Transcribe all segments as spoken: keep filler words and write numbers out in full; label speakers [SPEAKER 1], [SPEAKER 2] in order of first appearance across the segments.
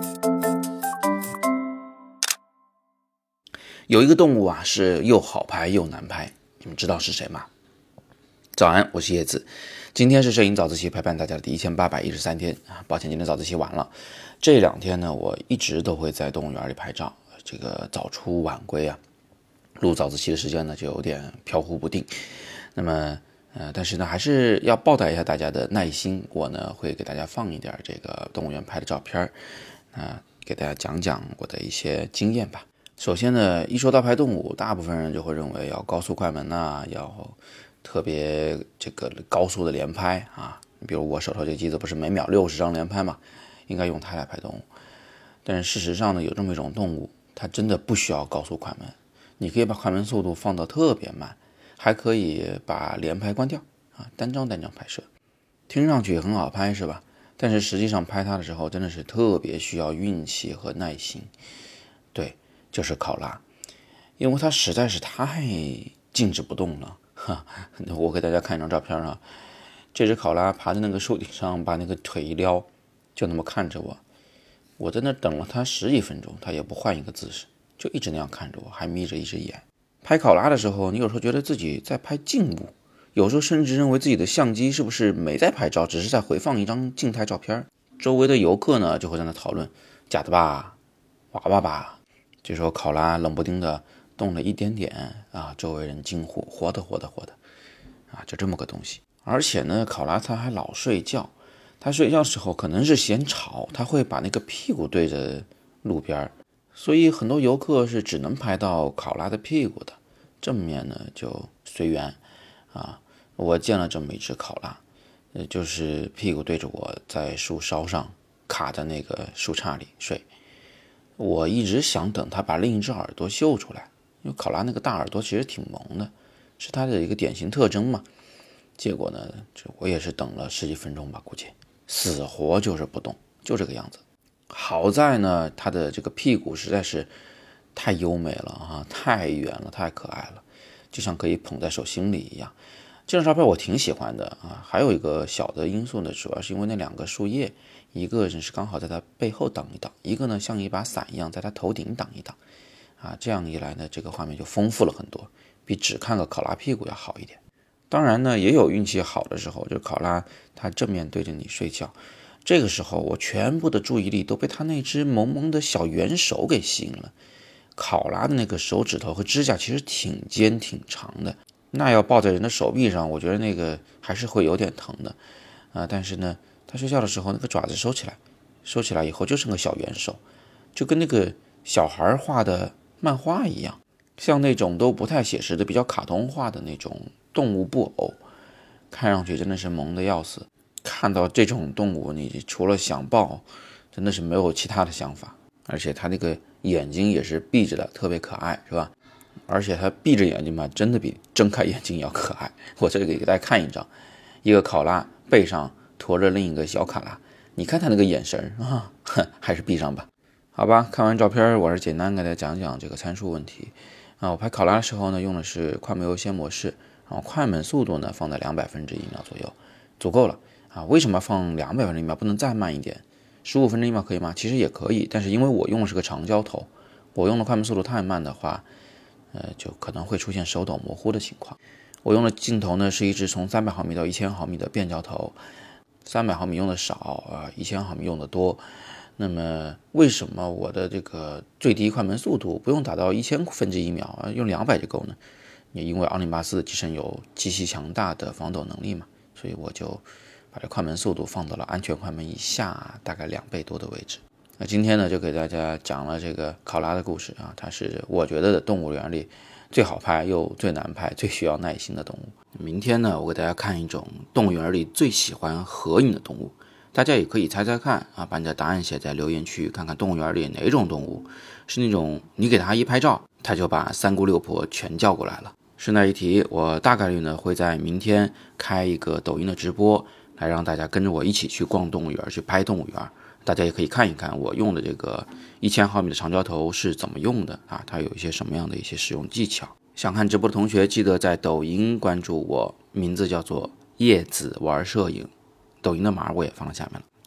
[SPEAKER 1] 有一个动物啊，是又好拍又难拍，你们知道是谁吗？早安，我是叶子。今天是摄影早自习陪伴大家的第一千八百一十三天啊，抱歉今天早自习晚了。这两天呢，我一直都会在动物园里拍照，这个早出晚归啊，录早自习的时间呢就有点飘忽不定。那么呃，但是呢，还是要报答一下大家的耐心，我呢会给大家放一点这个动物园拍的照片，啊、呃，给大家讲讲我的一些经验吧。首先呢，一说到拍动物，大部分人就会认为要高速快门啊，要特别这个高速的连拍啊。比如我手头这机子不是每秒六十张连拍嘛，应该用它来拍动物。但是事实上呢，有这么一种动物，它真的不需要高速快门，你可以把快门速度放到特别慢，还可以把连拍关掉啊，单张单张拍摄，听上去很好拍是吧？但是实际上拍它的时候真的是特别需要运气和耐心。对，就是考拉，因为它实在是太静止不动了哈。我给大家看一张照片啊，这只考拉爬在那个树顶上，把那个腿一撩，就那么看着我。我在那等了它十几分钟，它也不换一个姿势，就一直那样看着我，还眯着一只眼。拍考拉的时候，你有时候觉得自己在拍静物，有时候甚至认为自己的相机是不是没在拍照，只是在回放一张静态照片。周围的游客呢就会在那讨论，假的吧，娃娃吧。这时候考拉冷不丁的动了一点点啊，周围人惊呼，活的活的活的啊，就这么个东西。而且呢，考拉它还老睡觉，它睡觉的时候可能是嫌吵，它会把那个屁股对着路边，所以很多游客是只能拍到考拉的屁股的，正面呢就随缘啊。我见了这么一只考拉，呃，就是屁股对着我，在树梢上卡在那个树杈里睡。我一直想等它把另一只耳朵秀出来，因为考拉那个大耳朵其实挺萌的，是它的一个典型特征嘛。结果呢，这我也是等了十几分钟吧，估计死活就是不动，就这个样子。好在呢，它的这个屁股实在是太优美了啊，太圆了，太可爱了，就像可以捧在手心里一样。这张照片我挺喜欢的啊，还有一个小的因素呢，主要是因为那两个树叶，一个是刚好在它背后挡一挡，一个呢像一把伞一样在它头顶挡一挡，啊，这样一来呢，这个画面就丰富了很多，比只看个考拉屁股要好一点。当然呢，也有运气好的时候，就是考拉它正面对着你睡觉，这个时候我全部的注意力都被它那只萌萌的小圆手给吸引了。考拉的那个手指头和指甲其实挺尖挺长的，那要抱在人的手臂上，我觉得那个还是会有点疼的啊。但是呢，他睡觉的时候那个爪子收起来，收起来以后就是个小圆手，就跟那个小孩画的漫画一样，像那种都不太写实的比较卡通化的那种动物布偶，看上去真的是萌的要死。看到这种动物，你除了想抱，真的是没有其他的想法。而且它那个眼睛也是闭着的，特别可爱，是吧？而且它闭着眼睛嘛，真的比睁开眼睛要可爱。我这里给大家看一张，一个考拉背上驮着另一个小卡拉，你看它那个眼神啊，还是闭上吧。好吧，看完照片，我是简单给大家讲讲这个参数问题啊。我拍考拉的时候呢，用的是快门优先模式，然后快门速度呢放在两百分之一秒左右，足够了啊。为什么放两百分之一秒，不能再慢一点？十五分之一秒可以吗？其实也可以，但是因为我用的是个长焦头，我用的快门速度太慢的话，呃，就可能会出现手抖模糊的情况。我用的镜头呢是一支从三百毫米到一千毫米的变焦头，三百毫米用的少啊，一千毫米用的多。那么为什么我的这个最低快门速度不用达到一千分之一秒啊，用两百就够呢？也因为二零八四的机身有极其强大的防抖能力嘛，所以我就把这快门速度放到了安全快门以下大概两倍多的位置。那今天呢，就给大家讲了这个考拉的故事啊，它是我觉得动物园里最好拍又最难拍、最需要耐心的动物。明天呢，我给大家看一种动物园里最喜欢合影的动物，大家也可以猜猜看啊，把你的答案写在留言区，看看动物园里哪种动物是那种你给它一拍照，它就把三姑六婆全叫过来了。顺带一提，我大概率呢会在明天开一个抖音的直播，来让大家跟着我一起去逛动物园，去拍动物园。大家也可以看一看我用的这个一千毫米的长焦头是怎么用的啊，它有一些什么样的一些使用技巧。想看直播的同学记得在抖音关注我，名字叫做叶子玩摄影，抖音的码我也放在下面了。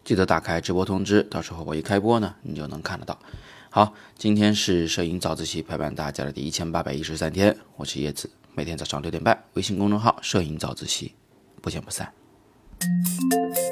[SPEAKER 1] 记得打开直播通知，到时候我一开播呢，你就能看得到。好，今天是摄影早自习陪伴大家的第一千八百一十三天，我是叶子，每天早上六点半，微信公众号摄影早自习，不见不散。